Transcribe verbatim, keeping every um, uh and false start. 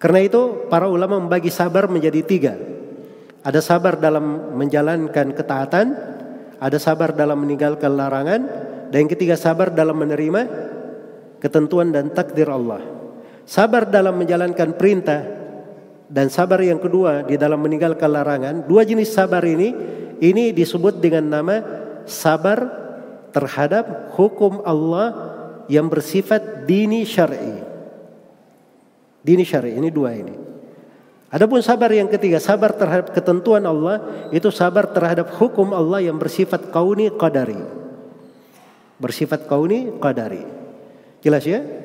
Karena itu para ulama membagi sabar menjadi tiga. Ada sabar dalam menjalankan ketaatan, ada sabar dalam meninggalkan larangan, dan yang ketiga sabar dalam menerima ketentuan dan takdir Allah. Sabar dalam menjalankan perintah dan sabar yang kedua di dalam meninggalkan larangan. Dua jenis sabar ini ini disebut dengan nama sabar terhadap hukum Allah yang bersifat dini syar'i. Dini syar'i ini dua ini. Adapun sabar yang ketiga, sabar terhadap ketentuan Allah, itu sabar terhadap hukum Allah yang bersifat kauni qadari. Bersifat kauni qadari. Jelas ya?